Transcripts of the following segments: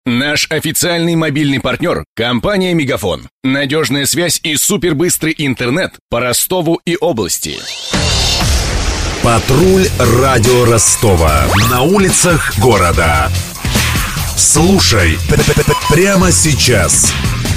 Наш официальный мобильный партнер – компания «Мегафон». Надежная связь и супербыстрый интернет по Ростову и области. Патруль радио Ростова. На улицах города. Слушай прямо сейчас.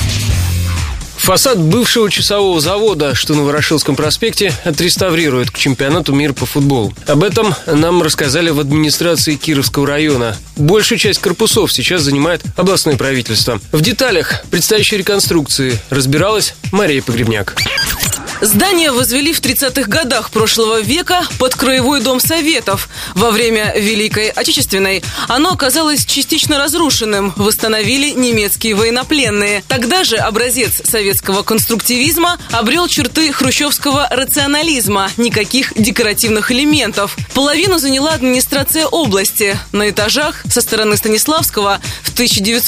Фасад бывшего часового завода, что на Ворошиловском проспекте, отреставрируют к чемпионату мира по футболу. Об этом нам рассказали в администрации Кировского района. Большую часть корпусов сейчас занимает областное правительство. В деталях предстоящей реконструкции разбиралась Мария Погребняк. Здание возвели в 30-х годах прошлого века под краевой дом Советов. Во время Великой Отечественной оно оказалось частично разрушенным. Восстановили немецкие военнопленные. Тогда же образец советского конструктивизма обрел черты хрущевского рационализма. Никаких декоративных элементов. Половину заняла администрация области. На этажах со стороны Станиславского в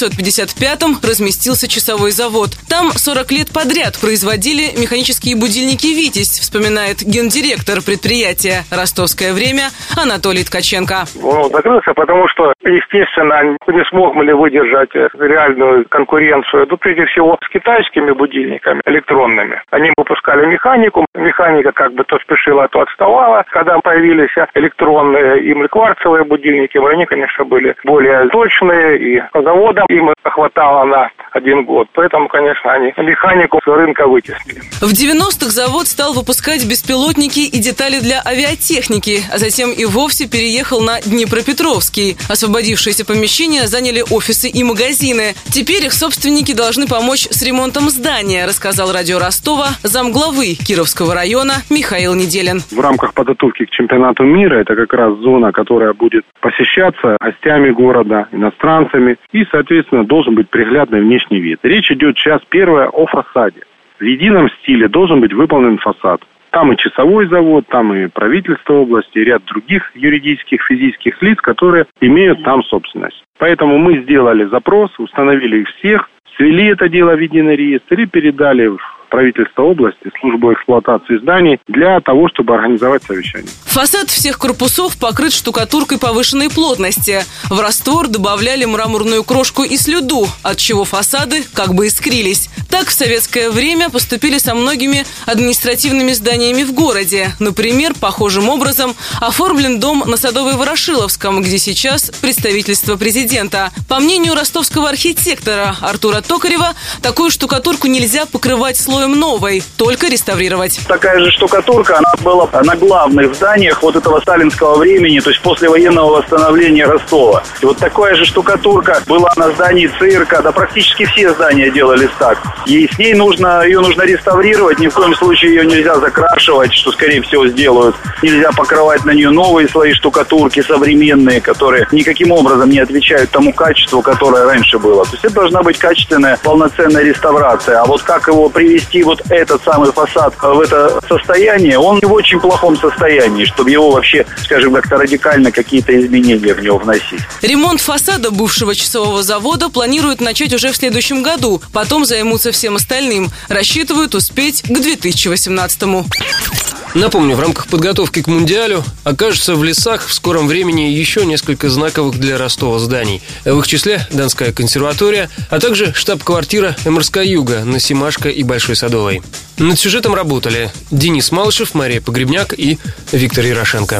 1955-м разместился часовой завод. Там 40 лет подряд производили механические будильники «Витязь», вспоминает гендиректор предприятия «Ростовское время» Анатолий Ткаченко. Он закрылся, потому что, естественно, не смогли выдержать реальную конкуренцию, прежде всего, с китайскими будильниками электронными. Они выпускали механику, механика как бы то спешила, то отставала. Когда появились электронные и кварцевые будильники, они, конечно, были более точные, и заводам им хватало на 1 год. Поэтому, конечно, они механику с рынка вытеснили. В 90-х завод стал выпускать беспилотники и детали для авиатехники, а затем и вовсе переехал на Днепропетровский. Освободившиеся помещения заняли офисы и магазины. Теперь их собственники должны помочь с ремонтом здания, рассказал радио Ростова замглавы Кировского района Михаил Неделин. В рамках подготовки к чемпионату мира это как раз зона, которая будет посещаться гостями города, иностранцами, и, соответственно, должен быть приглядный внешний вид. Речь идет сейчас первое о фасаде. В едином стиле должен быть выполнен фасад. Там и часовой завод, там и правительство области, и ряд других юридических, физических лиц, которые имеют там собственность. Поэтому мы сделали запрос, установили их всех, свели это дело в единый реестр и передали в правительство области, службу эксплуатации зданий для того, чтобы организовать совещание. Фасад всех корпусов покрыт штукатуркой повышенной плотности. В раствор добавляли мраморную крошку и слюду, от чего фасады как бы искрились. Так в советское время поступили со многими административными зданиями в городе. Например, похожим образом оформлен дом на Садовой Ворошиловском, где сейчас представительство президента. По мнению ростовского архитектора Артура Токарева, такую штукатурку нельзя покрывать слоем новой, только реставрировать. Такая же штукатурка, она была на главных зданиях вот этого сталинского времени, то есть после военного восстановления Ростова. И вот такая же штукатурка была на здании цирка, да практически все здания делались так. И с ней ее нужно реставрировать, ни в коем случае ее нельзя закрашивать, что скорее всего сделают. Нельзя покрывать на нее новые слои штукатурки, современные, которые никаким образом не отвечают тому качеству, которое раньше было. То есть это должна быть качественная, полноценная реставрация. А вот как его привести вот этот самый фасад в это состояние, он в очень плохом состоянии, чтобы его вообще, скажем, как-то радикально какие-то изменения в него вносить. Ремонт фасада бывшего часового завода планируют начать уже в следующем году, потом займутся всем остальным. Рассчитывают успеть к 2018-му. Напомню, в рамках подготовки к Мундиалю окажутся в лесах в скором времени еще несколько знаковых для Ростова зданий. В их числе Донская консерватория, а также штаб-квартира МРСК Юга на Семашко и Большой Садовой. Над сюжетом работали Денис Малышев, Мария Погребняк и Виктор Ярошенко.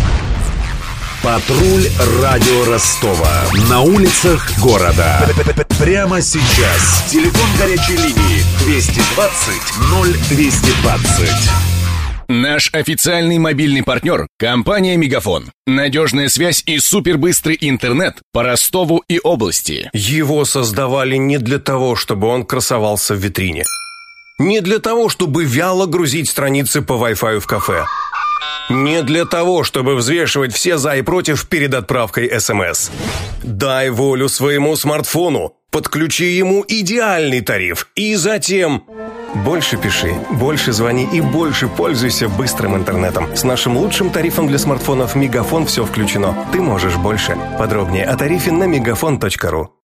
Патруль радио Ростова. На улицах города. Прямо сейчас. Телефон горячей линии 220 0220. Наш официальный мобильный партнер – компания «Мегафон». Надежная связь и супербыстрый интернет по Ростову и области. Его создавали не для того, чтобы он красовался в витрине. Не для того, чтобы вяло грузить страницы по Wi-Fi в кафе. Не для того, чтобы взвешивать все за и против перед отправкой СМС. Дай волю своему смартфону. Подключи ему идеальный тариф. И затем... Больше пиши, больше звони и больше пользуйся быстрым интернетом. С нашим лучшим тарифом для смартфонов «Мегафон» все включено. Ты можешь больше. Подробнее о тарифе на megafon.ru.